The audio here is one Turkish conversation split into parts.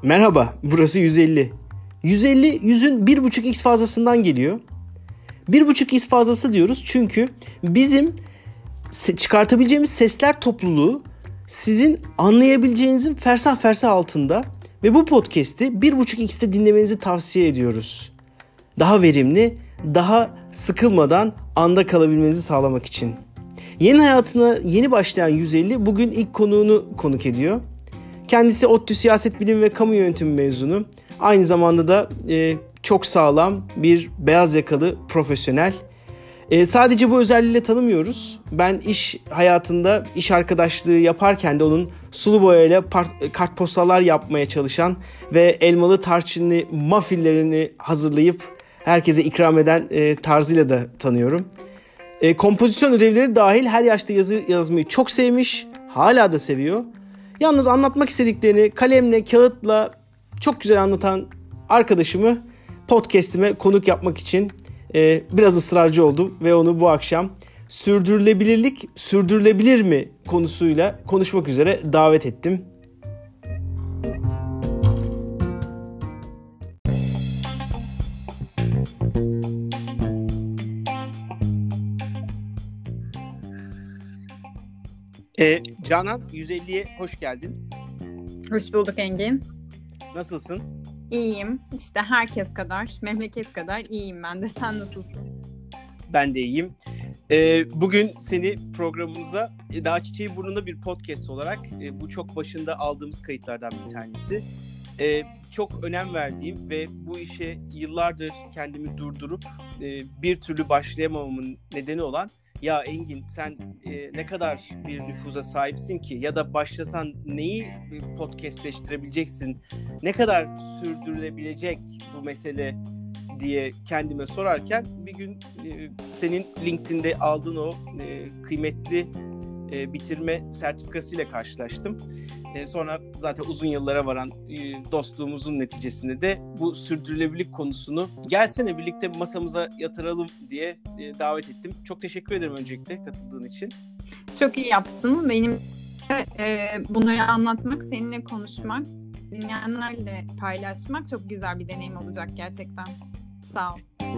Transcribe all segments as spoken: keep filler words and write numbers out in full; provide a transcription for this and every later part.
Merhaba, burası yüz elli. yüz elli yüzün bir buçuk x fazlasından geliyor. bir buçuk x fazlası diyoruz çünkü bizim çıkartabileceğimiz sesler topluluğu sizin anlayabileceğinizin fersah fersah altında ve bu podcast'i bir buçuk x'te dinlemenizi tavsiye ediyoruz. Daha verimli, daha sıkılmadan anda kalabilmenizi sağlamak için. Yeni hayatına yeni başlayan yüz elli bugün ilk konuğunu konuk ediyor. Kendisi ODTÜ Siyaset Bilimi ve Kamu Yönetimi mezunu. Aynı zamanda da e, çok sağlam bir beyaz yakalı profesyonel. E, sadece bu özelliğiyle tanımıyoruz. Ben iş hayatında iş arkadaşlığı yaparken de onun sulu boyayla part- kartpostallar yapmaya çalışan ve elmalı tarçınlı muffinlerini hazırlayıp herkese ikram eden e, tarzıyla da tanıyorum. E, kompozisyon ödevleri dahil her yaşta yazı yazmayı çok sevmiş, hala da seviyor. Yalnız anlatmak istediklerini kalemle, kağıtla çok güzel anlatan arkadaşımı podcast'ime konuk yapmak için e, biraz ısrarcı oldum ve onu bu akşam sürdürülebilirlik sürdürülebilir mi konusuyla konuşmak üzere davet ettim. E, Canan, yüz elliye hoş geldin. Hoş bulduk Engin. Nasılsın? İyiyim. İşte herkes kadar, memleket kadar iyiyim ben de. Sen nasılsın? Ben de iyiyim. E, bugün seni programımıza Dağ Çiçeği Burnu'nda bir podcast olarak e, bu çok başında aldığımız kayıtlardan bir tanesi. E, çok önem verdiğim ve bu işe yıllardır kendimi durdurup e, bir türlü başlayamamamın nedeni olan ya Engin sen e, ne kadar bir nüfuza sahipsin ki ya da başlasan neyi podcastleştirebileceksin, ne kadar sürdürülebilecek bu mesele diye kendime sorarken bir gün e, senin LinkedIn'de aldığın o e, kıymetli e, bitirme sertifikasıyla karşılaştım. E, sonra zaten uzun yıllara varan e, dostluğumuzun neticesinde de bu sürdürülebilirlik konusunu gelsene birlikte masamıza yatıralım diye e, davet ettim. Çok teşekkür ederim öncelikle katıldığın için. Çok iyi yaptın. Benim e, bunları anlatmak, seninle konuşmak, dinleyenlerle paylaşmak çok güzel bir deneyim olacak gerçekten. Sağ ol.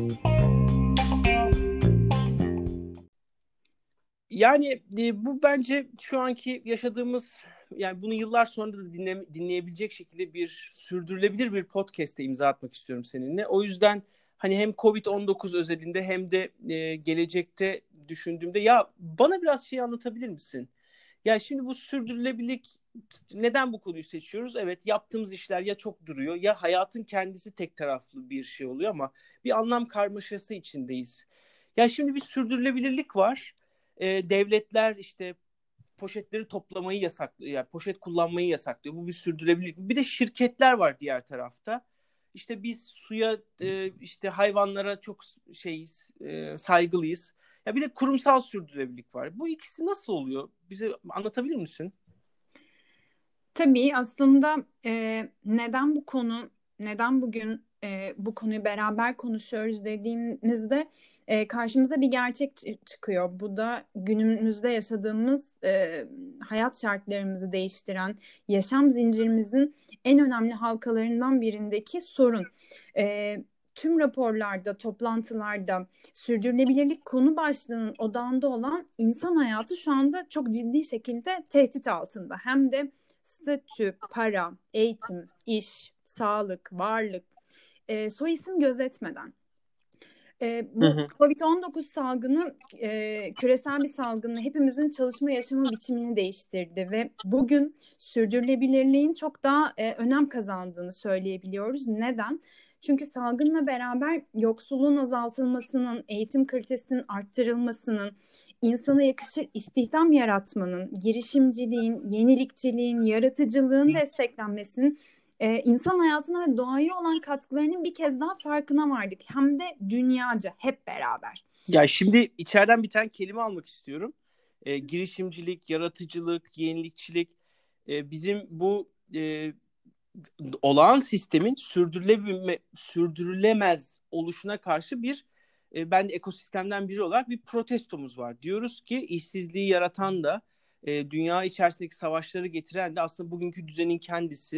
Yani e, bu bence şu anki yaşadığımız, yani bunu yıllar sonra da dinle, dinleyebilecek şekilde bir sürdürülebilir bir podcast'e imza atmak istiyorum seninle. O yüzden hani hem covid on dokuz özelinde hem de e, gelecekte düşündüğümde ya bana biraz şey anlatabilir misin? Ya şimdi bu sürdürülebilirlik, neden bu konuyu seçiyoruz? Evet, yaptığımız işler ya çok duruyor ya hayatın kendisi tek taraflı bir şey oluyor ama bir anlam karmaşası içindeyiz. Ya şimdi bir sürdürülebilirlik var. E, devletler işte poşetleri toplamayı yasaklıyor. Yani poşet kullanmayı yasaklıyor. Bu bir sürdürülebilirlik. Bir de şirketler var diğer tarafta. İşte biz suya, e, işte hayvanlara çok şeyiz, e, saygılıyız. Ya bir de kurumsal sürdürülebilirlik var. Bu ikisi nasıl oluyor? Bize anlatabilir misin? Tabii aslında e, neden bu konu, neden bugün e, bu konuyu beraber konuşuyoruz dediğimizde e, karşımıza bir gerçek ç- çıkıyor. Bu da günümüzde yaşadığımız e, hayat şartlarımızı değiştiren, yaşam zincirimizin en önemli halkalarından birindeki sorun. E, Tüm raporlarda, toplantılarda sürdürülebilirlik konu başlığının odağında olan insan hayatı şu anda çok ciddi şekilde tehdit altında. Hem de statü, para, eğitim, iş, sağlık, varlık, e, soy isim gözetmeden. E, bu Hı hı. covid on dokuz salgını e, küresel bir salgını hepimizin çalışma yaşama biçimini değiştirdi ve bugün sürdürülebilirliğin çok daha e, önem kazandığını söyleyebiliyoruz. Neden? Çünkü salgınla beraber yoksulluğun azaltılmasının, eğitim kalitesinin arttırılmasının, insana yakışır istihdam yaratmanın, girişimciliğin, yenilikçiliğin, yaratıcılığın desteklenmesinin e, insan hayatına ve doğaya olan katkılarının bir kez daha farkına vardık. Hem de dünyaca, hep beraber. Ya şimdi içeriden bir tane kelime almak istiyorum. E, girişimcilik, yaratıcılık, yenilikçilik. E, bizim bu e, olağan sistemin sürdürüleme, sürdürülemez oluşuna karşı bir e, ben ekosistemden biri olarak bir protestomuz var. Diyoruz ki işsizliği yaratan da e, dünya içerisindeki savaşları getiren de aslında bugünkü düzenin kendisi.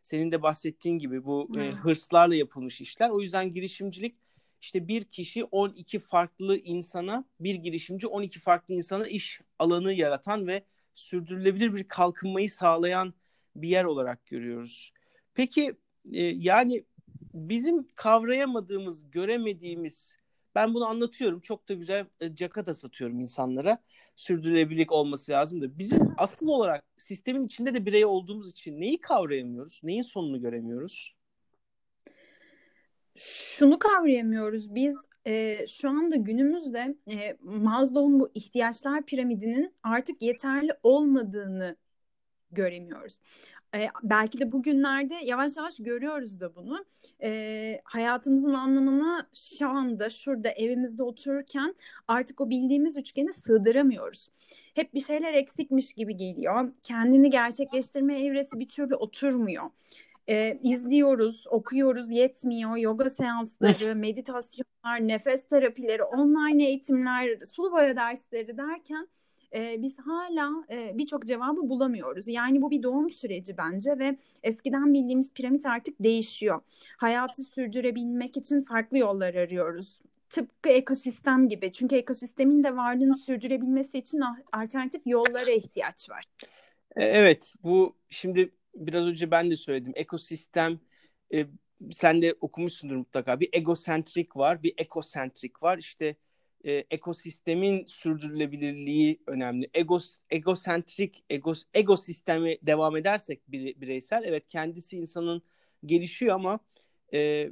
senin de bahsettiğin gibi bu e, Evet. hırslarla yapılmış işler. O yüzden girişimcilik işte bir kişi on iki farklı insana, bir girişimci on iki farklı insana iş alanı yaratan ve sürdürülebilir bir kalkınmayı sağlayan bir yer olarak görüyoruz. Peki e, yani bizim kavrayamadığımız, göremediğimiz, ben bunu anlatıyorum, çok da güzel e, caka da satıyorum insanlara. Sürdürülebilirlik olması lazım da bizim asıl olarak sistemin içinde de birey olduğumuz için neyi kavrayamıyoruz? Neyin sonunu göremiyoruz? Şunu kavrayamıyoruz biz, e, şu anda günümüzde e, Maslow'un bu ihtiyaçlar piramidinin artık yeterli olmadığını göremiyoruz. E, belki de bugünlerde yavaş yavaş görüyoruz da bunu. E, hayatımızın anlamına şu anda şurada evimizde otururken artık o bildiğimiz üçgeni sığdıramıyoruz. Hep bir şeyler eksikmiş gibi geliyor. Kendini gerçekleştirme evresi bir türlü oturmuyor. E, izliyoruz, okuyoruz, yetmiyor. Yoga seansları, meditasyonlar, nefes terapileri, online eğitimler, sulu boya dersleri derken e, biz hala e, birçok cevabı bulamıyoruz. Yani bu bir doğum süreci bence ve eskiden bildiğimiz piramit artık değişiyor. Hayatı sürdürebilmek için farklı yollar arıyoruz. Tıpkı ekosistem gibi. Çünkü ekosistemin de varlığını sürdürebilmesi için alternatif yollara ihtiyaç var. Evet, bu şimdi biraz önce ben de söyledim. Ekosistem, e, sen de okumuşsundur mutlaka. Bir egosentrik var, bir ekosentrik var. İşte e, ekosistemin sürdürülebilirliği önemli. Egos, egosentrik, egos, egosistemi devam edersek bire, bireysel, evet kendisi insanın gelişiyor ama e,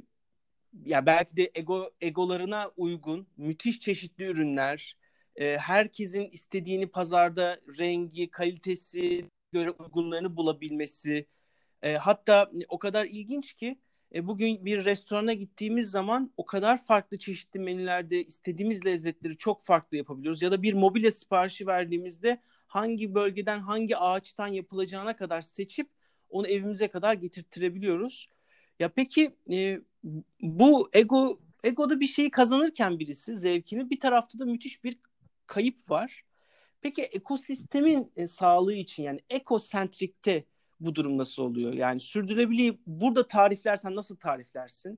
ya belki de ego egolarına uygun müthiş çeşitli ürünler, e, herkesin istediğini pazarda rengi, kalitesi göre uygunlarını bulabilmesi. E, hatta o kadar ilginç ki e, bugün bir restorana gittiğimiz zaman o kadar farklı çeşitli menülerde istediğimiz lezzetleri çok farklı yapabiliyoruz. Ya da bir mobilya siparişi verdiğimizde hangi bölgeden, hangi ağaçtan yapılacağına kadar seçip onu evimize kadar getirtirebiliyoruz. Ya peki e, bu ego egoda bir şeyi kazanırken birisi zevkini, bir tarafta da müthiş bir kayıp var. Peki ekosistemin e, sağlığı için, yani ekosentrikte bu durum nasıl oluyor? Yani sürdürülebilirliği burada tariflersen nasıl tariflersin?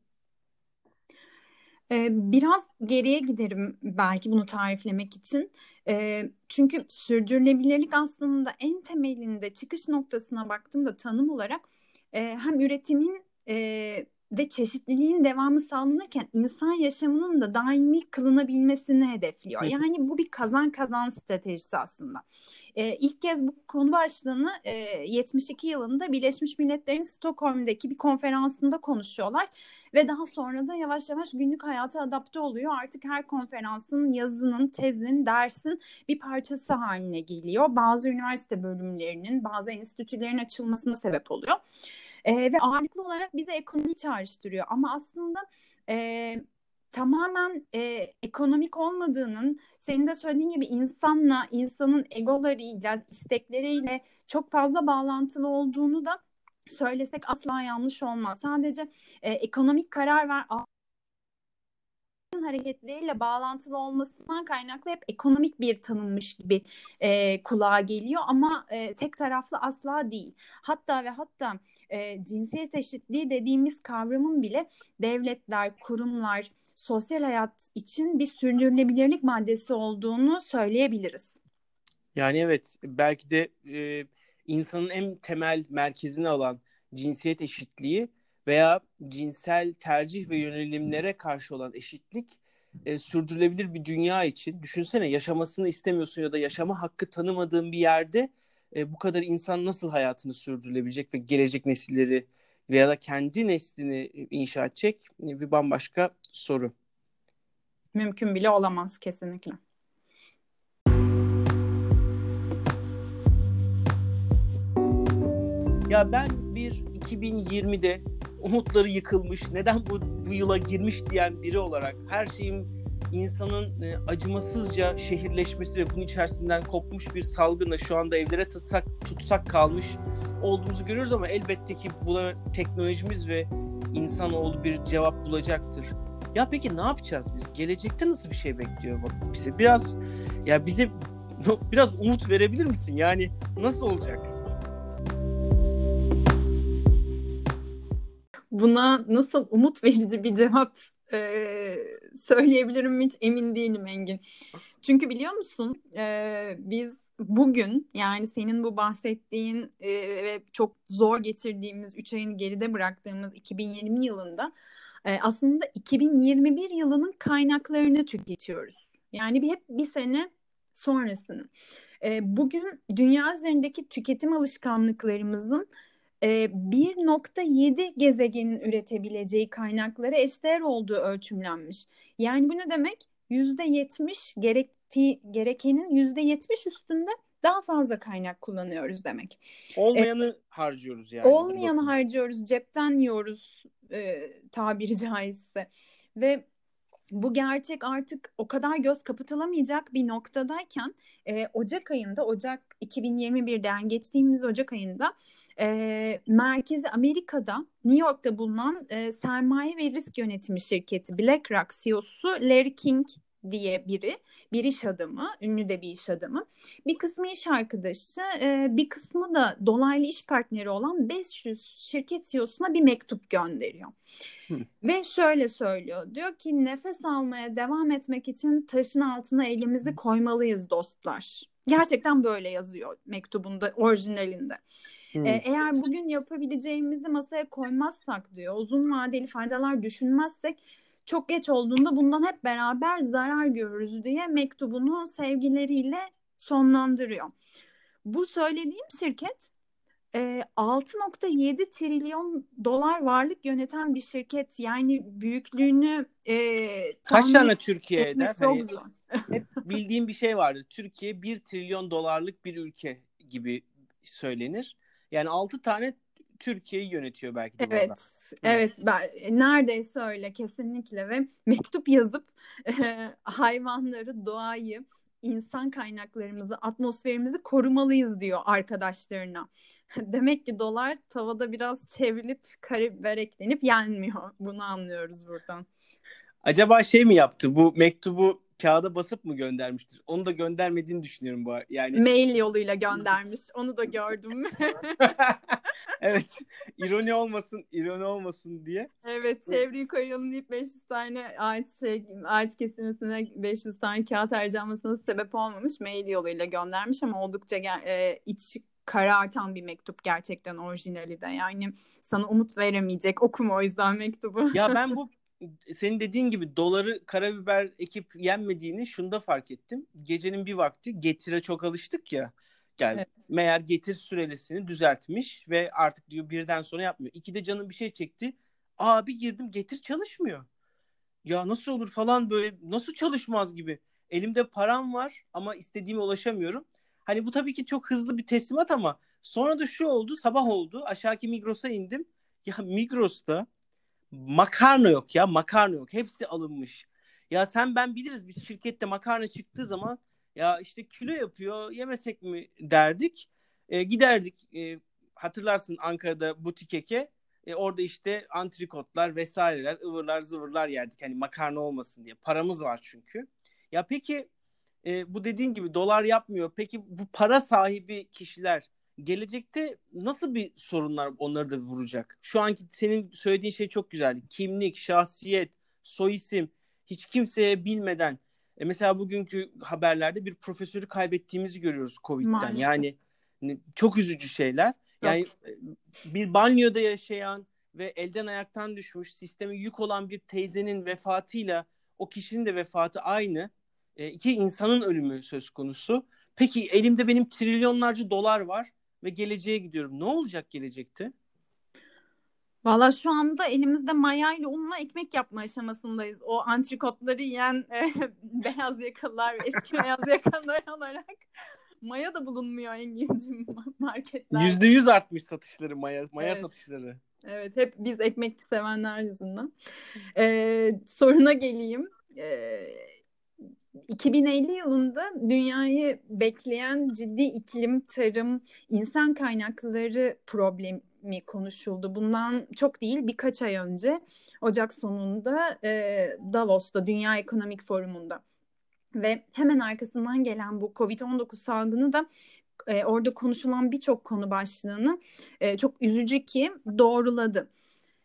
Ee, Biraz geriye giderim belki bunu tariflemek için. Ee, çünkü sürdürülebilirlik aslında en temelinde çıkış noktasına baktığımda tanım olarak e, hem üretimin e, ve çeşitliliğin devamı sağlanırken insan yaşamının da daimi kılınabilmesini hedefliyor. Yani bu bir kazan kazan stratejisi aslında. E, ilk kez bu konu başlığını e, yetmiş iki yılında Birleşmiş Milletler'in Stockholm'daki bir konferansında konuşuyorlar. Ve daha sonra da yavaş yavaş günlük hayata adapte oluyor. Artık her konferansın, yazının, tezin, dersin bir parçası haline geliyor. Bazı üniversite bölümlerinin, bazı enstitülerin açılmasına sebep oluyor. Ee, ve ağırlıklı olarak bize ekonomi çağrıştırıyor. Ama aslında e, tamamen e, ekonomik olmadığının, senin de söylediğin gibi insanla, insanın egolarıyla, istekleriyle çok fazla bağlantılı olduğunu da söylesek asla yanlış olmaz. Sadece e, ekonomik karar ver hareketleriyle bağlantılı olmasından kaynaklı hep ekonomik bir tanınmış gibi e, kulağa geliyor ama e, tek taraflı asla değil. Hatta ve hatta e, cinsiyet eşitliği dediğimiz kavramın bile devletler, kurumlar, sosyal hayat için bir sürdürülebilirlik maddesi olduğunu söyleyebiliriz. Yani evet, belki de e, insanın en temel merkezine alan cinsiyet eşitliği veya cinsel tercih ve yönelimlere karşı olan eşitlik e, sürdürülebilir bir dünya için. Düşünsene, yaşamasını istemiyorsun ya da yaşama hakkı tanımadığın bir yerde e, bu kadar insan nasıl hayatını sürdürülebilecek ve gelecek nesilleri veya da kendi neslini inşa edecek, e, bir bambaşka soru. Mümkün bile olamaz kesinlikle. Ya ben bir iki bin yirmide umutları yıkılmış, neden bu, bu yıla girmiş diyen biri olarak her şeyin insanın e, acımasızca şehirleşmesi ve bunun içerisinden kopmuş bir salgınla şu anda evlere tutsak, tutsak kalmış olduğumuzu görüyoruz ama elbette ki buna teknolojimiz ve insanoğlu bir cevap bulacaktır. Ya peki ne yapacağız biz? Gelecekte nasıl bir şey bekliyor bak bize? Biraz ya bize biraz umut verebilir misin? Yani nasıl olacak? Buna nasıl umut verici bir cevap e, söyleyebilirim hiç emin değilim Engin. Çünkü biliyor musun e, biz bugün yani senin bu bahsettiğin e, ve çok zor getirdiğimiz üç ayını geride bıraktığımız iki bin yirmi yılında e, aslında iki bin yirmi bir yılının kaynaklarını tüketiyoruz. Yani bir hep bir sene sonrasını. E, bugün dünya üzerindeki tüketim alışkanlıklarımızın e, bir nokta yedi gezegenin üretebileceği kaynaklara eşdeğer olduğu ölçümlenmiş. Yani bu ne demek? yüzde yetmiş gerektiği, gerekenin yüzde yetmiş üstünde daha fazla kaynak kullanıyoruz demek. E, Olmayanı harcıyoruz yani bir olmayanı bakıma. harcıyoruz, cepten yiyoruz e, tabiri caizse. Ve bu gerçek artık o kadar göz kapatılamayacak bir noktadayken e, Ocak ayında, Ocak iki bin yirmi birden geçtiğimiz Ocak ayında e, merkezi Amerika'da New York'ta bulunan e, sermaye ve risk yönetimi şirketi BlackRock C E O'su Larry King diye biri, bir iş adamı, ünlü de bir iş adamı. Bir kısmı iş arkadaşı, e, bir kısmı da dolaylı iş partneri olan beş yüz şirket C E O'suna bir mektup gönderiyor. Hı. Ve şöyle söylüyor. Diyor ki nefes almaya devam etmek için taşın altına elimizi koymalıyız dostlar. Gerçekten böyle yazıyor mektubunda, orijinalinde. Hı. Ee, eğer bugün yapabileceğimizi masaya koymazsak diyor, uzun vadeli faydalar düşünmezsek çok geç olduğunda bundan hep beraber zarar görürüz diye mektubunu sevgileriyle sonlandırıyor. Bu söylediğim şirket e, altı nokta yedi trilyon dolar varlık yöneten bir şirket. Yani büyüklüğünü e, Kaç tahmin tane Türkiye eder? etmek Hani çok zor. hep bildiğim bir şey vardı. Türkiye bir trilyon dolarlık bir ülke gibi söylenir. Yani altı tane Türkiye'yi yönetiyor belki de bu adam. Evet, Hı. evet ben neredeyse öyle kesinlikle ve mektup yazıp e, hayvanları, doğayı, insan kaynaklarımızı, atmosferimizi korumalıyız diyor arkadaşlarına. Demek ki dolar tavada biraz çevrilip karabiber eklenip yenmiyor. Bunu anlıyoruz buradan. Acaba şey mi yaptı? Bu mektubu kağıda basıp mı göndermiştir? Onu da göndermediğini düşünüyorum bu ar- yani. Mail yoluyla göndermiş. Onu da gördüm. Evet. ironi olmasın, ironi olmasın diye. Evet, çevreyi koruyalım deyip beş yüz tane ağaç şey ağaç kesilmesine beş yüz tane kağıt harcanmasına sebep olmamış, mail yoluyla göndermiş ama oldukça ger- e, iç karartan bir mektup gerçekten orijinali de. Yani sana umut veremeyecek. Okuma o yüzden mektubu. Ya ben bu senin dediğin gibi doları karabiber ekip yenmediğini şunda fark ettim. Gecenin bir vakti Getir'e çok alıştık ya. Yani Evet. meğer Getir sürelesini düzeltmiş ve artık diyor birden sonra yapmıyor. İkide canım bir şey çekti. Abi girdim Getir çalışmıyor. Ya nasıl olur falan böyle nasıl çalışmaz gibi. Elimde param var ama istediğime ulaşamıyorum. Hani bu tabii ki çok hızlı bir teslimat ama sonra da şu oldu sabah oldu aşağıki Migros'a indim. Ya Migros'ta makarna yok ya makarna yok. Hepsi alınmış. Ya sen ben biliriz biz şirkette makarna çıktığı zaman ya işte kilo yapıyor yemesek mi derdik. E, giderdik e, hatırlarsın Ankara'da butik eke. E, orada işte antrikotlar vesaireler ıvırlar zıvırlar yerdik. Hani makarna olmasın diye. Paramız var çünkü. Ya peki e, bu dediğin gibi dolar yapmıyor. Peki bu para sahibi kişiler gelecekte nasıl bir sorunlar onları da vuracak? Şu anki senin söylediğin şey çok güzel. Kimlik, şahsiyet, soy isim hiç kimseye bilmeden. E mesela bugünkü haberlerde bir profesörü kaybettiğimizi görüyoruz Covid'den. Maalesef. Yani çok üzücü şeyler. Çok. Yani e, bir banyoda yaşayan ve elden ayaktan düşmüş, sisteme yük olan bir teyzenin vefatıyla o kişinin de vefatı aynı. E, iki insanın ölümü söz konusu. Peki elimde benim trilyonlarca dolar var ve geleceğe gidiyorum. Ne olacak gelecekte? Valla şu anda elimizde mayayla unla ekmek yapma aşamasındayız. O antrikotları yiyen e, beyaz yakalılar, eski beyaz yakalılar olarak maya da bulunmuyor Engin'cim marketlerde. Yüzde yüz artmış satışları, maya, maya Evet. satışları. Evet, hep biz ekmek sevenler yüzünden. Ee, soruna geleyim. Ee, iki bin elli yılında dünyayı bekleyen ciddi iklim, tarım, insan kaynakları problemi konuşuldu. Bundan çok değil birkaç ay önce Ocak sonunda e, Davos'ta Dünya Ekonomik Forumu'nda ve hemen arkasından gelen bu kovid on dokuz salgını da e, orada konuşulan birçok konu başlığını e, çok üzücü ki doğruladı.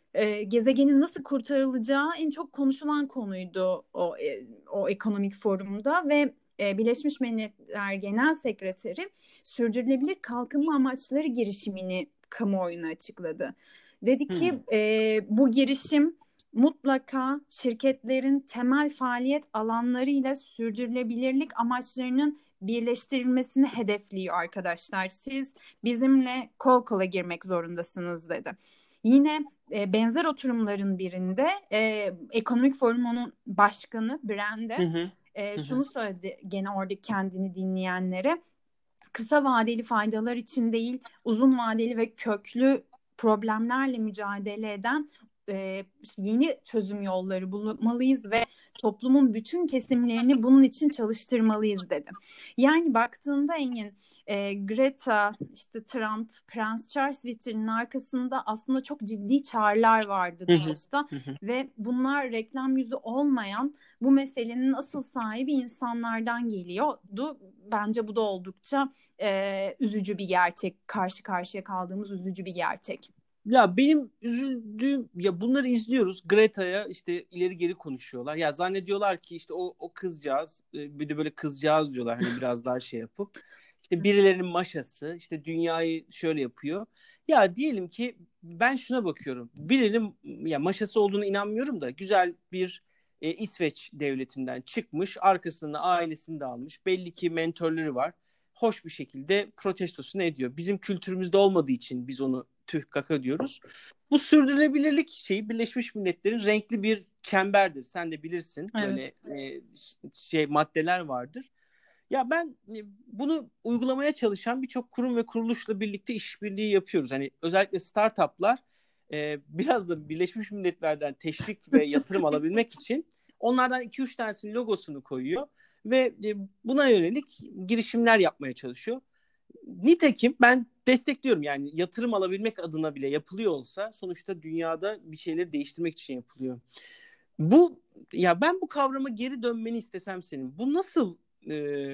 e, gezegenin nasıl kurtarılacağı en çok konuşulan konuydu o e, o ekonomik forumda ve e, Birleşmiş Milletler Genel Sekreteri sürdürülebilir kalkınma amaçları girişimini kamuoyuna açıkladı. Dedi ki Hmm. e, bu girişim mutlaka şirketlerin temel faaliyet alanlarıyla sürdürülebilirlik amaçlarının birleştirilmesini hedefliyor arkadaşlar. Siz bizimle kol kola girmek zorundasınız dedi. Yine e, benzer oturumların birinde e, Ekonomik Forum'un başkanı Hı Brande hı. e, Hı hı. şunu söyledi gene orada kendini dinleyenlere. Kısa vadeli faydalar için değil, uzun vadeli ve köklü problemlerle mücadele eden e, yeni çözüm yolları bulmalıyız ve toplumun bütün kesimlerini bunun için çalıştırmalıyız dedi. Yani baktığında Engin, e, Greta, işte Trump, Prens Charles vitrinin arkasında aslında çok ciddi çağrılar vardı Hı hı. Davos'ta Hı hı. ve bunlar reklam yüzü olmayan bu meselenin asıl sahibi insanlardan geliyordu. Bence bu da oldukça e, üzücü bir gerçek. Karşı karşıya kaldığımız üzücü bir gerçek. Ya benim üzüldüğüm, ya bunları izliyoruz. Greta'ya işte ileri geri konuşuyorlar. Ya zannediyorlar ki işte o o kızcağız, e, bir de böyle kızcağız diyorlar hani biraz daha şey yapıp. İşte birilerinin maşası, işte dünyayı şöyle yapıyor. Ya diyelim ki ben şuna bakıyorum. Birinin ya maşası olduğuna inanmıyorum da güzel bir e, İsveç devletinden çıkmış, arkasında ailesini de almış. Belli ki mentörleri var. Hoş bir şekilde protestosunu ediyor. Bizim kültürümüzde olmadığı için biz onu tüh kaka diyoruz. Bu sürdürülebilirlik şeyi Birleşmiş Milletler'in renkli bir çemberdir. Sen de bilirsin. Böyle Evet. e, şey maddeler vardır. Ya ben e, bunu uygulamaya çalışan birçok kurum ve kuruluşla birlikte işbirliği yapıyoruz. Hani özellikle startuplar e, biraz da Birleşmiş Milletler'den teşvik ve yatırım alabilmek için onlardan iki üç tanesinin logosunu koyuyor ve e, buna yönelik girişimler yapmaya çalışıyor. Nitekim ben destekliyorum, yani yatırım alabilmek adına bile yapılıyor olsa sonuçta dünyada bir şeyleri değiştirmek için yapılıyor. Bu ya ben bu kavrama geri dönmeni istesem senin. Bu nasıl e,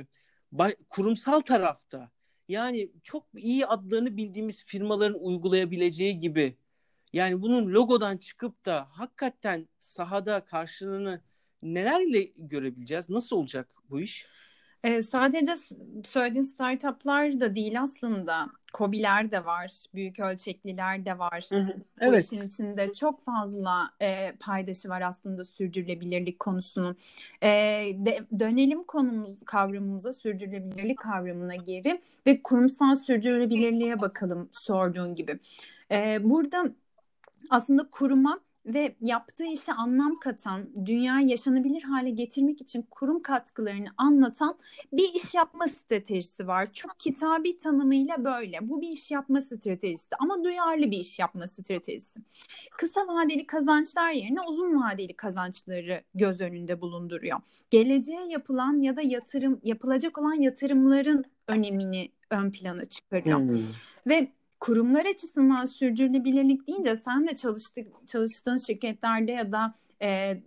ba- kurumsal tarafta, yani çok iyi adlarını bildiğimiz firmaların uygulayabileceği gibi, yani bunun logodan çıkıp da hakikaten sahada karşılığını nelerle görebileceğiz? Nasıl olacak bu iş? Ee, sadece s- söylediğin startuplar da değil aslında. KOBİ'ler de var, büyük ölçekliler de var. Hı hı. Bu işin Evet. içinde çok fazla e, paydaşı var aslında sürdürülebilirlik konusunun. E, de, dönelim konumuz kavramımıza, sürdürülebilirlik kavramına geri ve kurumsal sürdürülebilirliğe bakalım sorduğun gibi. E, burada aslında kuruma ve yaptığı işe anlam katan, dünyayı yaşanabilir hale getirmek için kurum katkılarını anlatan bir iş yapma stratejisi var. Çok kitabi tanımıyla böyle. Bu bir iş yapma stratejisi ama duyarlı bir iş yapma stratejisi. Kısa vadeli kazançlar yerine uzun vadeli kazançları göz önünde bulunduruyor. Geleceğe yapılan ya da yatırım yapılacak olan yatırımların önemini ön plana çıkarıyor. Hmm. Ve kurumlar açısından sürdürülebilirlik deyince sen de çalıştık, çalıştığın şirketlerde ya da e,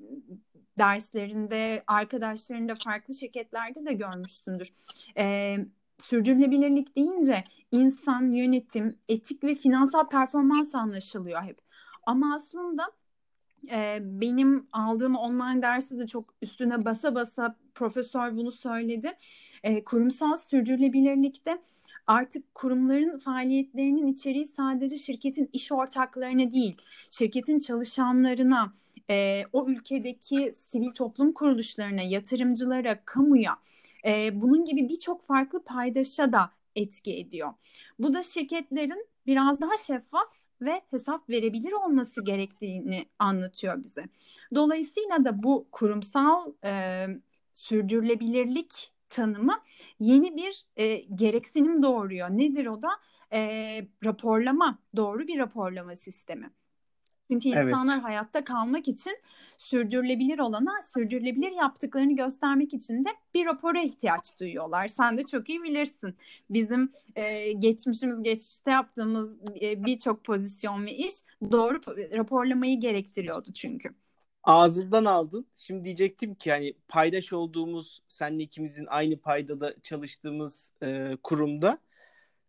derslerinde, arkadaşlarında farklı şirketlerde de görmüşsündür. E, sürdürülebilirlik deyince insan, yönetim, etik ve finansal performans anlaşılıyor hep. Ama aslında e, benim aldığım online dersi de çok üstüne basa basa profesör bunu söyledi. E, kurumsal sürdürülebilirlikte artık kurumların faaliyetlerinin içeriği sadece şirketin iş ortaklarına değil, şirketin çalışanlarına, e, o ülkedeki sivil toplum kuruluşlarına, yatırımcılara, kamuya, e, bunun gibi birçok farklı paydaşa da etki ediyor. Bu da şirketlerin biraz daha şeffaf ve hesap verebilir olması gerektiğini anlatıyor bize. Dolayısıyla da bu kurumsal e, sürdürülebilirlik tanımı yeni bir e, gereksinim doğuruyor. Nedir o da? E, raporlama, doğru bir raporlama sistemi. Çünkü Evet. insanlar hayatta kalmak için sürdürülebilir olana, sürdürülebilir yaptıklarını göstermek için de bir rapora ihtiyaç duyuyorlar. Sen de çok iyi bilirsin. Bizim e, geçmişimiz, geçmişte yaptığımız e, birçok pozisyon ve iş doğru raporlamayı gerektiriyordu çünkü. Ağzından aldın. Şimdi diyecektim ki hani paydaş olduğumuz, seninle ikimizin aynı paydada çalıştığımız e, kurumda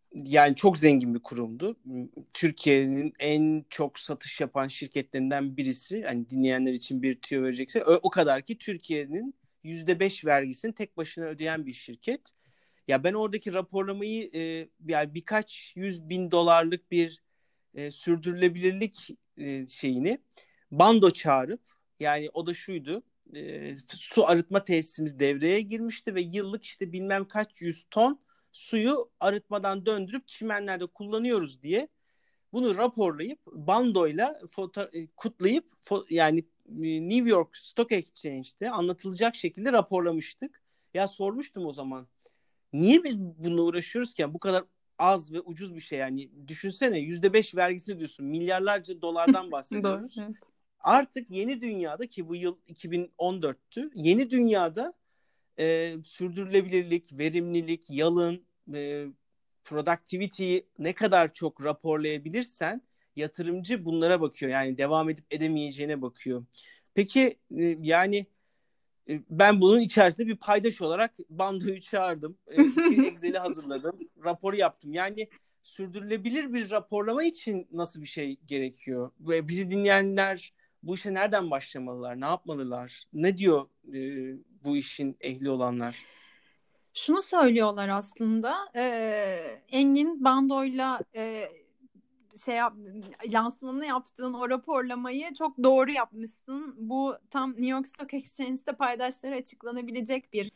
yani çok zengin bir kurumdu. Türkiye'nin en çok satış yapan şirketlerinden birisi. Hani dinleyenler için bir tüyo verecekse o, o kadar ki Türkiye'nin yüzde beş vergisini tek başına ödeyen bir şirket. Ya ben oradaki raporlamayı e, yani birkaç yüz bin dolarlık bir e, sürdürülebilirlik e, şeyini bando çağırıp, yani o da şuydu: e, su arıtma tesisimiz devreye girmişti ve yıllık işte bilmem kaç yüz ton suyu arıtmadan döndürüp çimenlerde kullanıyoruz diye bunu raporlayıp bandoyla foto, e, kutlayıp fo, yani e, New York Stock Exchange'de anlatılacak şekilde raporlamıştık. Ya sormuştum o zaman, niye biz bununla uğraşıyoruzken bu kadar az ve ucuz bir şey, yani düşünsene yüzde beş vergisini ödüyorsun, milyarlarca dolardan Doğru. bahsediyoruz. Evet. Artık yeni dünyada, ki bu yıl iki bin on dörttü, yeni dünyada e, sürdürülebilirlik, verimlilik, yalın, e, productivity'yi ne kadar çok raporlayabilirsen yatırımcı bunlara bakıyor. Yani devam edip edemeyeceğine bakıyor. Peki e, yani e, ben bunun içerisinde bir paydaş olarak bandoyu çağırdım. E, iki Excel'i hazırladım. Raporu yaptım. Yani sürdürülebilir bir raporlama için nasıl bir şey gerekiyor? Ve bizi dinleyenler bu işe nereden başlamalılar? Ne yapmalılar? Ne diyor e, bu işin ehli olanlar? Şunu söylüyorlar aslında. E, Engin bandoyla e, şey yap, lansmanını yaptığın o raporlamayı çok doğru yapmışsın. Bu tam New York Stock Exchange'de paydaşlara açıklanabilecek bir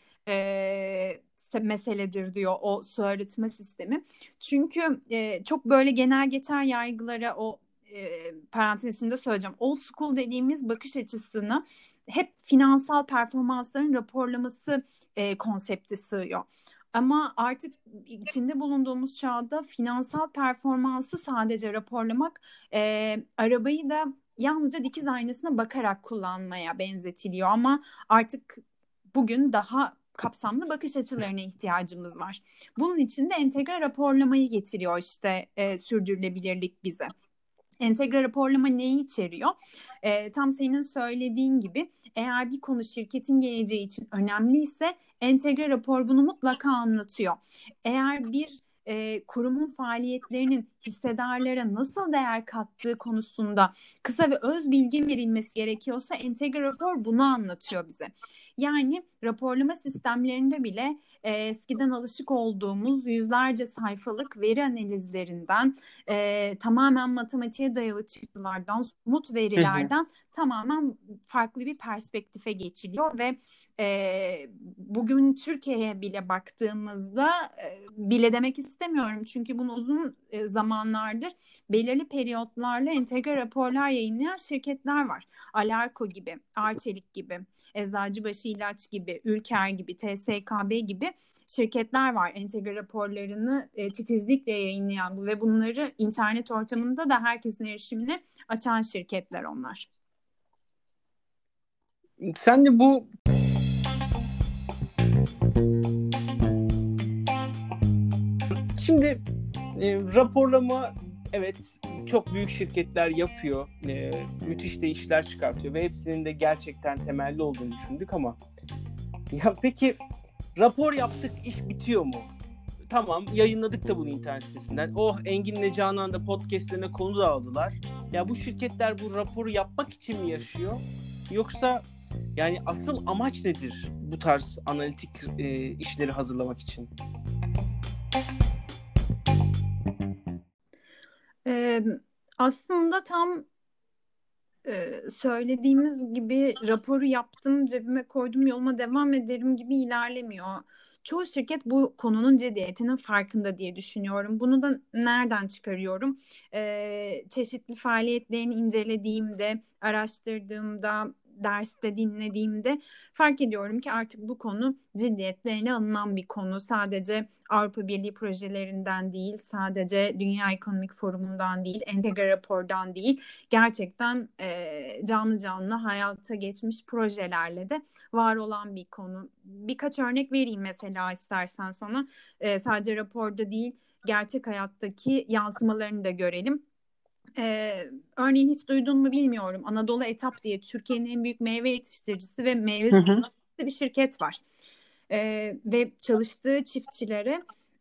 e, meseledir diyor o su arıtma sistemi. Çünkü e, çok böyle genel geçer yargılara, o e, parantez içinde söyleyeceğim, old school dediğimiz bakış açısını hep finansal performansların raporlaması e, konsepti sığıyor. Ama artık içinde bulunduğumuz çağda finansal performansı sadece raporlamak e, arabayı da yalnızca dikiz aynasına bakarak kullanmaya benzetiliyor. Ama artık bugün daha kapsamlı bakış açılarına ihtiyacımız var. Bunun için de entegre raporlamayı getiriyor işte e, sürdürülebilirlik bize. Entegre raporlama neyi içeriyor? E, tam senin söylediğin gibi, eğer bir konu şirketin geleceği için önemliyse entegre rapor bunu mutlaka anlatıyor. Eğer bir e, kurumun faaliyetlerinin hissedarlara nasıl değer kattığı konusunda kısa ve öz bilgi verilmesi gerekiyorsa entegre rapor bunu anlatıyor bize. Yani raporlama sistemlerinde bile e, eskiden alışık olduğumuz yüzlerce sayfalık veri analizlerinden, e, tamamen matematiğe dayalı çıktılardan, somut verilerden tamamen farklı bir perspektife geçiliyor ve e, bugün Türkiye'ye bile baktığımızda e, bile demek istemiyorum, çünkü bunu uzun e, zamanlardır belirli periyotlarla entegre raporlar yayınlayan şirketler var. Alarko gibi, Arçelik gibi, Eczacıbaşı İlaç gibi, Ülker gibi, T S K B gibi şirketler var. Entegre raporlarını e, titizlikle yayınlayan ve bunları internet ortamında da herkesin erişimine açan şirketler onlar. Sen de bu şimdi e, raporlama, evet, çok büyük şirketler yapıyor. E, müthiş de işler çıkartıyor ve hepsinin de gerçekten temelli olduğunu düşündük ama ya peki rapor yaptık, iş bitiyor mu? Tamam, yayınladık da bunu internet sitesinden. Oh, Engin'le Canan da podcastlerine konu da aldılar. Ya bu şirketler bu raporu yapmak için mi yaşıyor? Yoksa yani asıl amaç nedir bu tarz analitik e, işleri hazırlamak için? Ee, aslında tam e, söylediğimiz gibi raporu yaptım, cebime koydum, yoluma devam ederim gibi ilerlemiyor. Çoğu şirket bu konunun ciddiyetinin farkında diye düşünüyorum. Bunu da nereden çıkarıyorum? Ee, çeşitli faaliyetlerini incelediğimde, araştırdığımda, derste dinlediğimde fark ediyorum ki artık bu konu ciddiyetle ele alınan bir konu. Sadece Avrupa Birliği projelerinden değil, sadece Dünya Ekonomik Forumu'ndan değil, entegre rapordan değil, gerçekten e, canlı canlı hayata geçmiş projelerle de var olan bir konu. Birkaç örnek vereyim mesela istersen sana. E, sadece raporda değil, gerçek hayattaki yansımalarını da görelim. Ee, örneğin hiç duydun mu bilmiyorum. Anadolu Etap diye Türkiye'nin en büyük meyve yetiştiricisi ve meyve Hı hı. bir şirket var. Ee, ve çalıştığı çiftçilere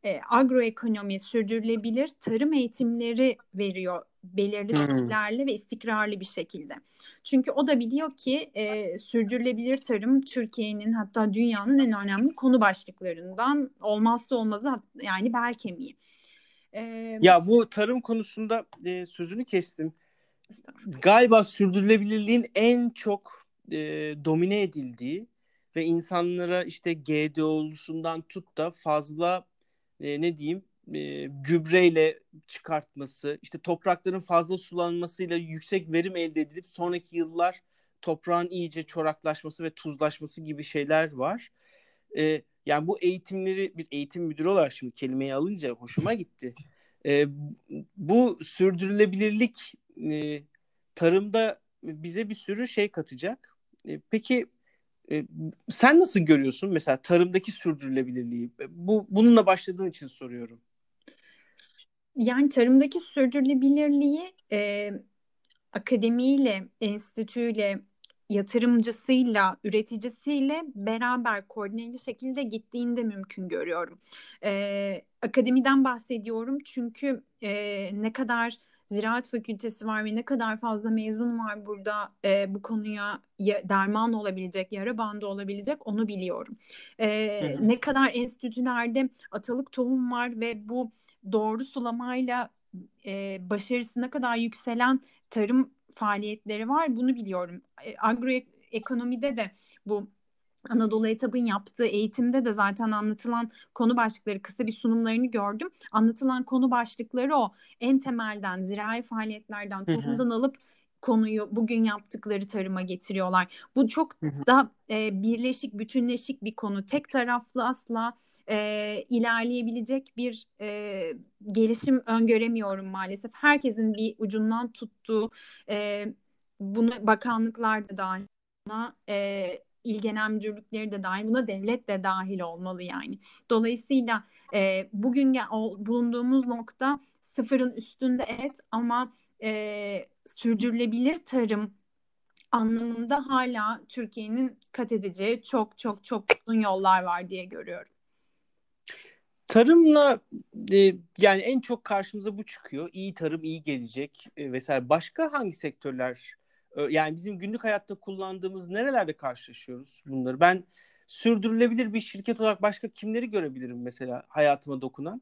e, agroekonomi, sürdürülebilir tarım eğitimleri veriyor belirli Hmm. sürelerle ve istikrarlı bir şekilde. Çünkü o da biliyor ki e, sürdürülebilir tarım Türkiye'nin hatta dünyanın en önemli konu başlıklarından, olmazsa olmazı, yani bel kemiği. E, Ya bu tarım konusunda e, sözünü kestim. Estağfurullah. Galiba sürdürülebilirliğin en çok e, domine edildiği ve insanlara işte G D O'lusundan tut da fazla e, ne diyeyim e, gübreyle çıkartması, işte toprakların fazla sulanmasıyla yüksek verim elde edilip sonraki yıllar toprağın iyice çoraklaşması ve tuzlaşması gibi şeyler var. E, yani bu eğitimleri bir eğitim müdürü olarak şimdi kelimeyi alınca hoşuma gitti. E, bu sürdürülebilirlik e, tarımda bize bir sürü şey katacak. E, peki e, sen nasıl görüyorsun mesela tarımdaki sürdürülebilirliği? Bu bununla başladığın için soruyorum. Yani tarımdaki sürdürülebilirliği e, akademiyle, enstitüyle, yatırımcısıyla, üreticisiyle beraber koordineli şekilde gittiğinde mümkün görüyorum. Ee, akademiden bahsediyorum çünkü e, ne kadar ziraat fakültesi var ve ne kadar fazla mezun var burada e, bu konuya ya, derman olabilecek, yara bandı olabilecek, onu biliyorum. Hı Ee, hı. ne kadar enstitülerde atalık tohum var ve bu doğru sulamayla e, başarısına kadar yükselen tarım faaliyetleri var. Bunu biliyorum. E, agroekonomide de bu Anadolu Etap'ın yaptığı eğitimde de zaten anlatılan konu başlıkları, kısa bir sunumlarını gördüm. Anlatılan konu başlıkları o. En temelden, zirai faaliyetlerden, Hı hı. tohumdan alıp konuyu bugün yaptıkları tarıma getiriyorlar. Bu çok Hı hı. da e, birleşik, bütünleşik bir konu. Tek taraflı asla e, ilerleyebilecek bir e, gelişim öngöremiyorum maalesef. Herkesin bir ucundan tuttuğu, e, buna bakanlıklar da dahil, buna e, il genel müdürlükleri de dahil, buna devlet de dahil olmalı yani. Dolayısıyla e, bugün gel- o, bulunduğumuz nokta sıfırın üstünde, evet, ama e, sürdürülebilir tarım anlamında hala Türkiye'nin kat edeceği çok çok çok uzun yollar var diye görüyorum. Tarımla e, yani en çok karşımıza bu çıkıyor. İyi tarım, iyi gelecek e, vesaire. Başka hangi sektörler e, yani bizim günlük hayatta kullandığımız nerelerde karşılaşıyoruz bunları? Ben sürdürülebilir bir şirket olarak başka kimleri görebilirim mesela hayatıma dokunan?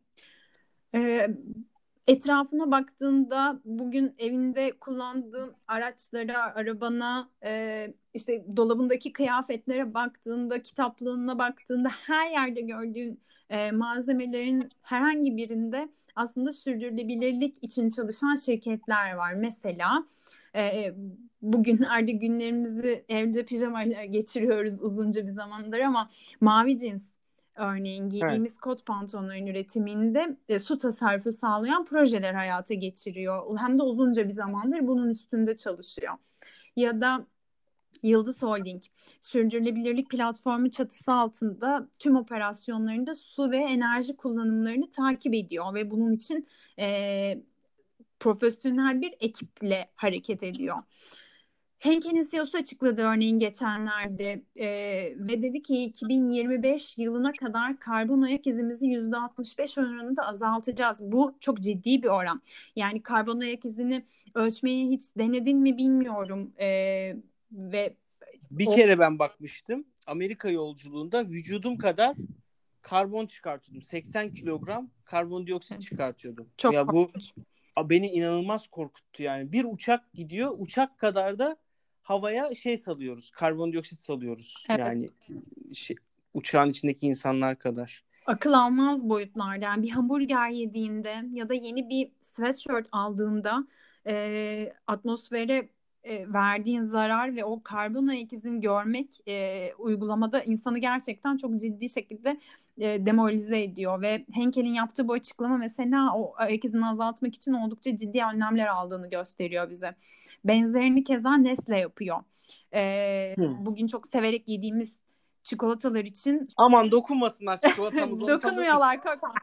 Ee, etrafına baktığında bugün evinde kullandığın araçlara, arabana, e, işte dolabındaki kıyafetlere baktığında, kitaplığına baktığında her yerde gördüğün e, malzemelerin herhangi birinde aslında sürdürülebilirlik için çalışan şirketler var. Mesela e, bugünlerde günlerimizi evde pijamayla geçiriyoruz uzunca bir zamandır ama mavi cins, örneğin Evet. giydiğimiz kot pantolonların üretiminde e, su tasarrufu sağlayan projeler hayata geçiriyor. Hem de uzunca bir zamandır bunun üstünde çalışıyor. Ya da Yıldız Holding, sürdürülebilirlik platformu çatısı altında tüm operasyonlarında su ve enerji kullanımlarını takip ediyor ve bunun için e, profesyonel bir ekiple hareket ediyor. Henkel'in C E O'su açıkladı örneğin geçenlerde e, ve dedi ki iki bin yirmi beş yılına kadar karbon ayak izimizi yüzde altmış beş oranında azaltacağız. Bu çok ciddi bir oran. Yani karbon ayak izini ölçmeyi hiç denedin mi bilmiyorum. E, ve Bir o kere ben bakmıştım. Amerika yolculuğunda vücudum kadar karbon çıkartıyordum. seksen kilogram karbondioksit çıkartıyordum. çok Ya bu korkunç. beni inanılmaz korkuttu yani. Bir uçak gidiyor, uçak kadar da havaya şey salıyoruz, karbondioksit salıyoruz. Evet. Yani şey, uçağın içindeki insanlar kadar. Akıl almaz boyutlarda. Yani bir hamburger yediğinde ya da yeni bir sweatshirt aldığında e, atmosfere e, verdiğin zarar ve o karbon ayak izini görmek e, uygulamada insanı gerçekten çok ciddi şekilde e, demoralize ediyor ve Henkel'in yaptığı bu açıklama mesela o ayak izini azaltmak için oldukça ciddi önlemler aldığını gösteriyor bize. Benzerini keza Nestle yapıyor. E, Hmm. bugün çok severek yediğimiz çikolatalar için Aman dokunmasınlar çikolatamıza, utanırım. dokunmuyorlar, korkma.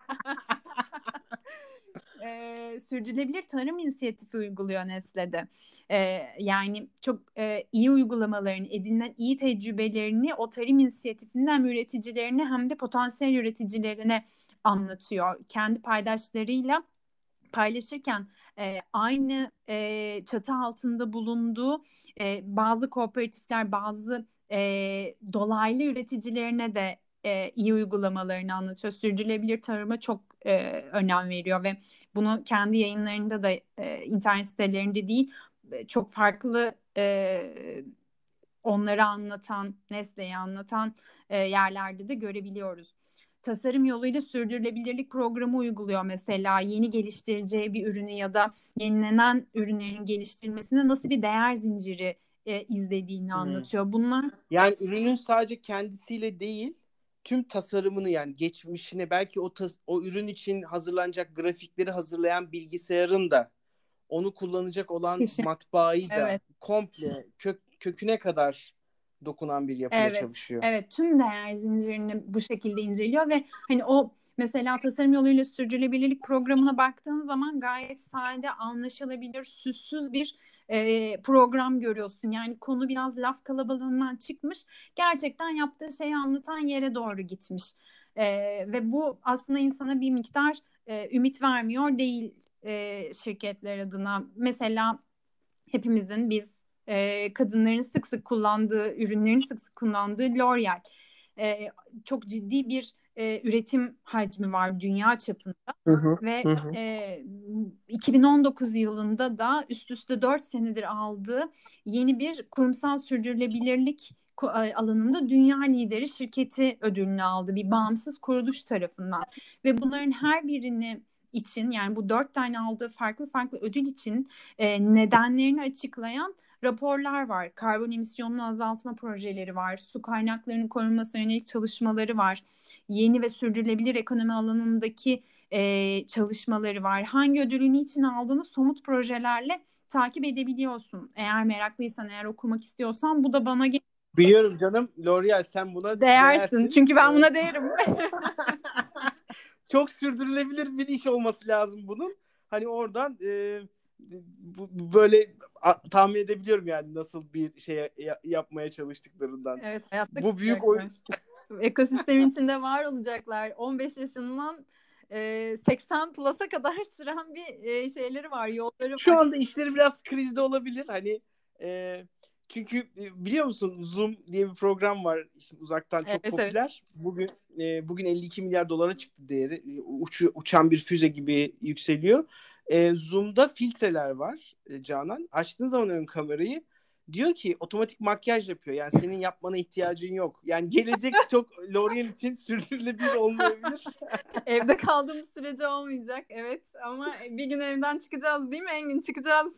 Ee, sürdürülebilir tarım inisiyatifi uyguluyor Nestle'de. Ee, yani çok e, iyi uygulamalarını, edinilen iyi tecrübelerini o tarım inisiyatifinden hem üreticilerine hem de potansiyel üreticilerine anlatıyor. Kendi paydaşlarıyla paylaşırken e, aynı e, çatı altında bulunduğu e, bazı kooperatifler, bazı e, dolaylı üreticilerine de e, iyi uygulamalarını anlatıyor. Sürdürülebilir tarıma çok e, önem veriyor ve bunu kendi yayınlarında da e, internet sitelerinde değil, e, çok farklı e, onları anlatan, Nestle'yi anlatan e, yerlerde de görebiliyoruz. Tasarım yoluyla sürdürülebilirlik programı uyguluyor mesela. Yeni geliştireceği bir ürünü ya da yenilenen ürünlerin geliştirilmesinde nasıl bir değer zinciri e, izlediğini Hmm. anlatıyor. Bunlar Yani ürünün sadece kendisiyle değil, tüm tasarımını, yani geçmişine, belki o tas- o ürün için hazırlanacak grafikleri hazırlayan bilgisayarın da, onu kullanacak olan kişi. matbaayı da Evet. komple kök, köküne kadar dokunan bir yapıyla Evet, çalışıyor. evet, tüm değer zincirini bu şekilde inceliyor ve hani o mesela tasarım yoluyla sürdürülebilirlik programına baktığın zaman gayet sade, anlaşılabilir, süssüz bir e, program görüyorsun. Yani konu biraz laf kalabalığından çıkmış, gerçekten yaptığı şeyi anlatan yere doğru gitmiş. E, ve bu aslında insana bir miktar e, ümit vermiyor değil e, şirketler adına. Mesela hepimizin biz e, kadınların sık sık kullandığı, ürünlerin sık sık kullandığı L'Oreal. E, çok ciddi bir e, üretim hacmi var dünya çapında. Hı hı, Ve hı hı. e, iki bin on dokuz yılında da üst üste dört senedir aldığı yeni bir kurumsal sürdürülebilirlik alanında dünya lideri şirketi ödülünü aldı bir bağımsız kuruluş tarafından. Ve bunların her birini için, yani bu dört tane aldığı farklı farklı ödül için e, nedenlerini açıklayan raporlar var. Karbon emisyonunu azaltma projeleri var. Su kaynaklarının korunmasına yönelik çalışmaları var. Yeni ve sürdürülebilir ekonomi alanındaki e, çalışmaları var. Hangi ödülü niçin aldığını somut projelerle takip edebiliyorsun. Eğer meraklıysan, eğer okumak istiyorsan, bu da bana ge- Biliyorum canım, L'Oreal, sen buna değersin. değersin. Çünkü ben Ee, buna değerim. Çok sürdürülebilir bir iş olması lazım bunun. Hani oradan e, bu, bu böyle a, tahmin edebiliyorum yani nasıl bir şey ya- yapmaya çalıştıklarından. Evet, hayatta Bu büyük oy. kalacaklar. Ekosistemin içinde var olacaklar. on beş yaşından e, seksen plus'a kadar süren bir e, şeyleri var, yolları Şu var. anda işleri biraz krizde olabilir. Hani e, çünkü e, biliyor musun, Zoom diye bir program var. Şimdi uzaktan çok Evet, evet. popüler. Bugün e, bugün elli iki milyar dolara çıktı değeri. E, Uçu, uçan bir füze gibi yükseliyor. E, Zoom'da filtreler var e, Canan. Açtığın zaman ön kamerayı, diyor ki otomatik makyaj yapıyor. Yani senin yapmana ihtiyacın yok. Yani gelecek çok L'Oreal için sürdürülebilir olmayabilir. Evde kaldığımız sürece olmayacak. Evet, ama bir gün evden çıkacağız değil mi Engin? Çıkacağız.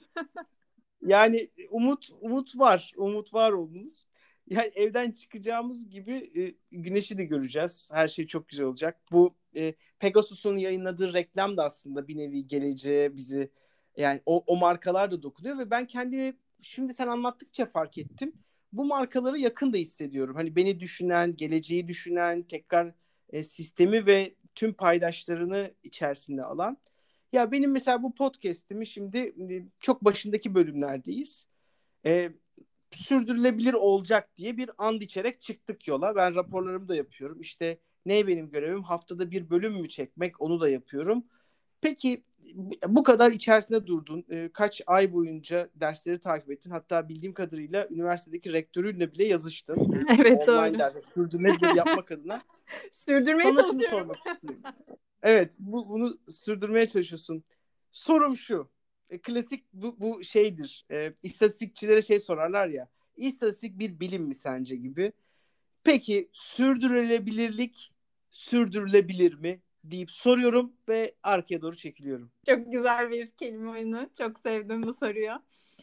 Yani umut umut var. Umut var olunuz. Yani evden çıkacağımız gibi e, güneşi de göreceğiz. Her şey çok güzel olacak. Bu e, Pegasus'un yayınladığı reklam da aslında bir nevi geleceğe bizi, yani o, o markalar da dokunuyor ve ben kendimi şimdi sen anlattıkça fark ettim. Bu markaları yakın da hissediyorum. Hani beni düşünen, geleceği düşünen, tekrar e, sistemi ve tüm paydaşlarını içerisinde alan. Ya benim mesela bu podcast'imi şimdi e, çok başındaki bölümlerdeyiz. E, Sürdürülebilir olacak diye bir and içerek çıktık yola. Ben raporlarımı da yapıyorum. İşte ne benim görevim? Haftada bir bölüm mü çekmek? Onu da yapıyorum. Peki bu kadar içerisinde durdun. E, kaç ay boyunca dersleri takip ettin. Hatta bildiğim kadarıyla üniversitedeki rektörünle bile yazıştın. Bu Evet, online doğru. ders sürdürülebilir yapmak adına. Sürdürmeye Sana şunu çalışıyorum. sormak istiyorum. Evet, bu, bunu sürdürmeye çalışıyorsun. Sorum şu. E, klasik bu, bu şeydir. E, istatistikçilere şey sorarlar ya. İstatistik bir bilim mi sence gibi. Peki sürdürülebilirlik sürdürülebilir mi deyip soruyorum ve arkaya doğru çekiliyorum. Çok güzel bir kelime oyunu. Çok sevdim bu soruyu.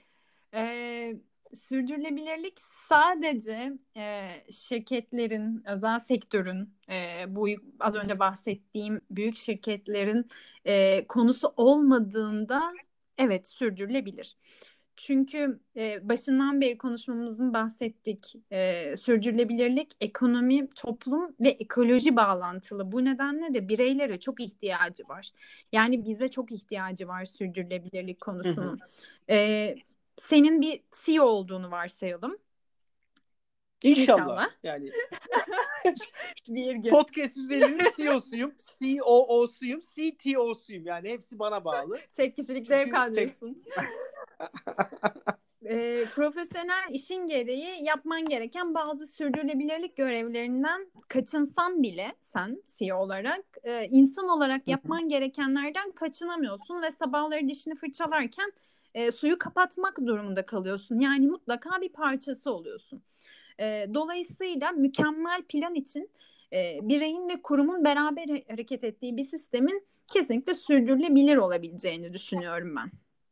Ee, sürdürülebilirlik sadece e, şirketlerin, özel sektörün, e, bu az önce bahsettiğim büyük şirketlerin e, konusu olmadığında evet sürdürülebilir. Çünkü e, başından beri konuşmamızın bahsettik. E, sürdürülebilirlik ekonomi, toplum ve ekoloji bağlantılı. Bu nedenle de bireylere çok ihtiyacı var. Yani bize çok ihtiyacı var sürdürülebilirlik Hı hı. konusunun. E, senin bir C E O olduğunu varsayalım. İnşallah. İnşallah. Yani Bir gün. Podcast üzerinin C E O'suyum, C O O'suyum, C T O'suyum. Yani hepsi bana bağlı. Tek kişilik dev Çünkü kadrosun. E, profesyonel işin gereği yapman gereken bazı sürdürülebilirlik görevlerinden kaçınsan bile sen C E O olarak e, insan olarak yapman gerekenlerden kaçınamıyorsun ve sabahları dişini fırçalarken e, suyu kapatmak durumunda kalıyorsun. Yani mutlaka bir parçası oluyorsun. E, dolayısıyla mükemmel plan için e, bireyin ve kurumun beraber hareket ettiği bir sistemin kesinlikle sürdürülebilir olabileceğini düşünüyorum ben.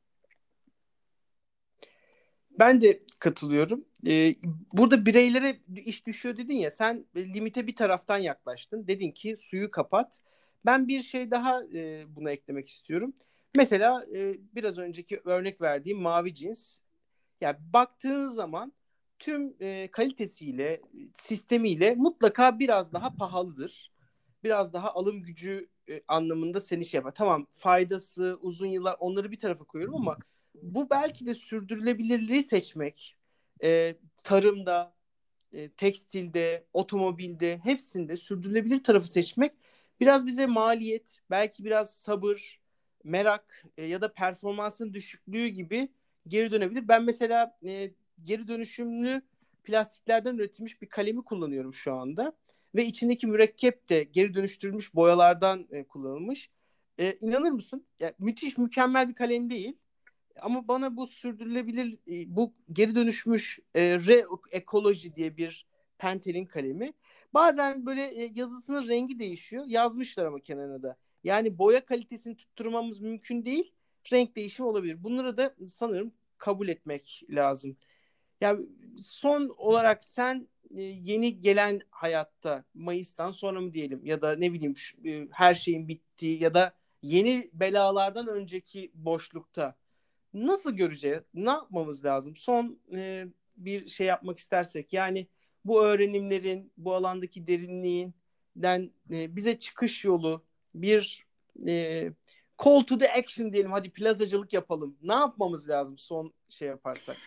Ben de katılıyorum. Ee, burada bireylere iş düşüyor dedin ya, sen limite bir taraftan yaklaştın. Dedin ki suyu kapat. Ben bir şey daha e, buna eklemek istiyorum. Mesela e, biraz önceki örnek verdiğim mavi cins. Yani baktığın zaman tüm e, kalitesiyle, sistemiyle mutlaka biraz daha pahalıdır. Biraz daha alım gücü e, anlamında seni şey yapar. Tamam, faydası, uzun yıllar, onları bir tarafa koyuyorum ama bu belki de sürdürülebilirliği seçmek, e, tarımda, e, tekstilde, otomobilde, hepsinde sürdürülebilir tarafı seçmek biraz bize maliyet, belki biraz sabır, merak e, ya da performansın düşüklüğü gibi geri dönebilir. Ben mesela e, geri dönüşümlü plastiklerden üretilmiş bir kalemi kullanıyorum şu anda ve içindeki mürekkep de geri dönüştürülmüş boyalardan e, kullanılmış. E, inanır mısın? Ya, müthiş, mükemmel bir kalem değil. Ama bana bu sürdürülebilir, e, bu geri dönüşmüş e, re-ekoloji diye bir Pentel'in kalemi. Bazen böyle e, yazısının rengi değişiyor. Yazmışlar ama kenarına da. Yani boya kalitesini tutturmamız mümkün değil. Renk değişimi olabilir. Bunları da sanırım kabul etmek lazım. Yani son olarak sen e, yeni gelen hayatta, Mayıs'tan sonra mı diyelim, ya da ne bileyim şu, e, her şeyin bittiği ya da yeni belalardan önceki boşlukta nasıl göreceğiz? Ne yapmamız lazım? Son e, bir şey yapmak istersek, yani bu öğrenimlerin, bu alandaki derinliğinden e, bize çıkış yolu, bir e, call to the action diyelim. Hadi plazacılık yapalım. Ne yapmamız lazım son şey yaparsak?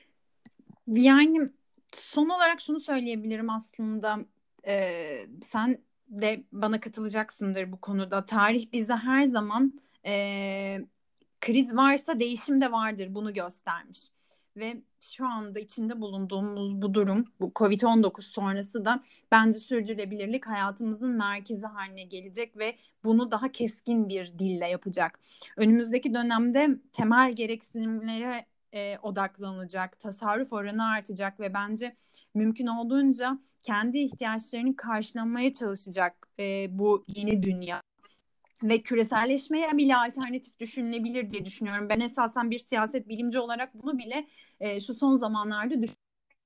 Yani son olarak şunu söyleyebilirim aslında. Ee, sen de bana katılacaksındır bu konuda. Tarih bize her zaman e, kriz varsa değişim de vardır bunu göstermiş. Ve şu anda içinde bulunduğumuz bu durum, bu covid on dokuz sonrası da bence sürdürülebilirlik hayatımızın merkezi haline gelecek ve bunu daha keskin bir dille yapacak. Önümüzdeki dönemde temel gereksinimlere e, odaklanacak, tasarruf oranı artacak ve bence mümkün olduğunca kendi ihtiyaçlarını karşılamaya çalışacak e, bu yeni dünya. Ve küreselleşmeye bile alternatif düşünülebilir diye düşünüyorum. Ben esasen bir siyaset bilimci olarak bunu bile e, şu son zamanlarda düşünüyorum.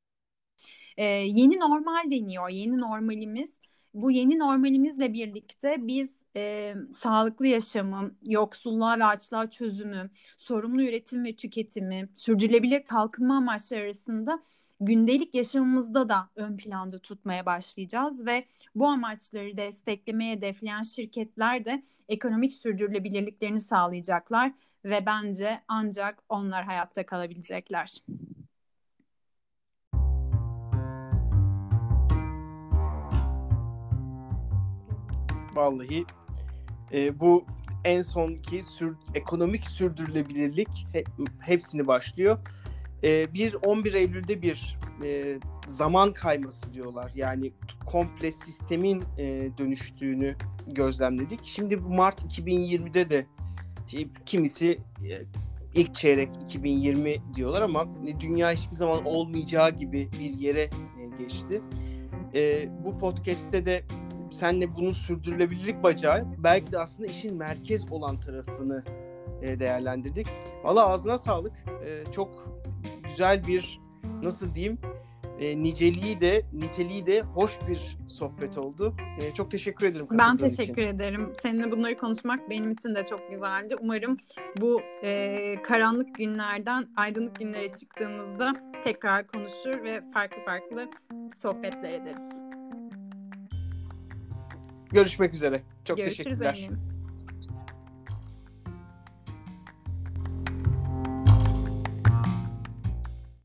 E, yeni normal deniyor, yeni normalimiz. Bu yeni normalimizle birlikte biz e, sağlıklı yaşamı, yoksulluğa ve açlığa çözümü, sorumlu üretim ve tüketimi, sürdürülebilir kalkınma amaçları arasında gündelik yaşamımızda da ön planda tutmaya başlayacağız ve bu amaçları desteklemeye hedefleyen şirketler de ekonomik sürdürülebilirliklerini sağlayacaklar ve bence ancak onlar hayatta kalabilecekler. Vallahi e, bu en sonki sür, ekonomik sürdürülebilirlik he, hepsini başlıyor. E, bir on bir Eylül'de bir e, zaman kayması diyorlar. Yani komple sistemin e, dönüştüğünü gözlemledik. Şimdi bu Mart iki bin yirmide de şey, kimisi e, ilk çeyrek iki bin yirmi diyorlar ama e, dünya hiçbir zaman olmayacağı gibi bir yere e, geçti. E, bu podcast'te de senle bunun sürdürülebilirlik bacağı, belki de aslında işin merkez olan tarafını e, değerlendirdik. Valla ağzına sağlık. E, çok güzel bir, nasıl diyeyim, e, niceliği de niteliği de hoş bir sohbet oldu. E, çok teşekkür ederim katıldığın için. Ben teşekkür için. ederim. Seninle bunları konuşmak benim için de çok güzeldi. Umarım bu e, karanlık günlerden aydınlık günlere çıktığımızda tekrar konuşur ve farklı farklı sohbetler ederiz. Görüşmek üzere. Çok Görüşürüz teşekkürler. Engin.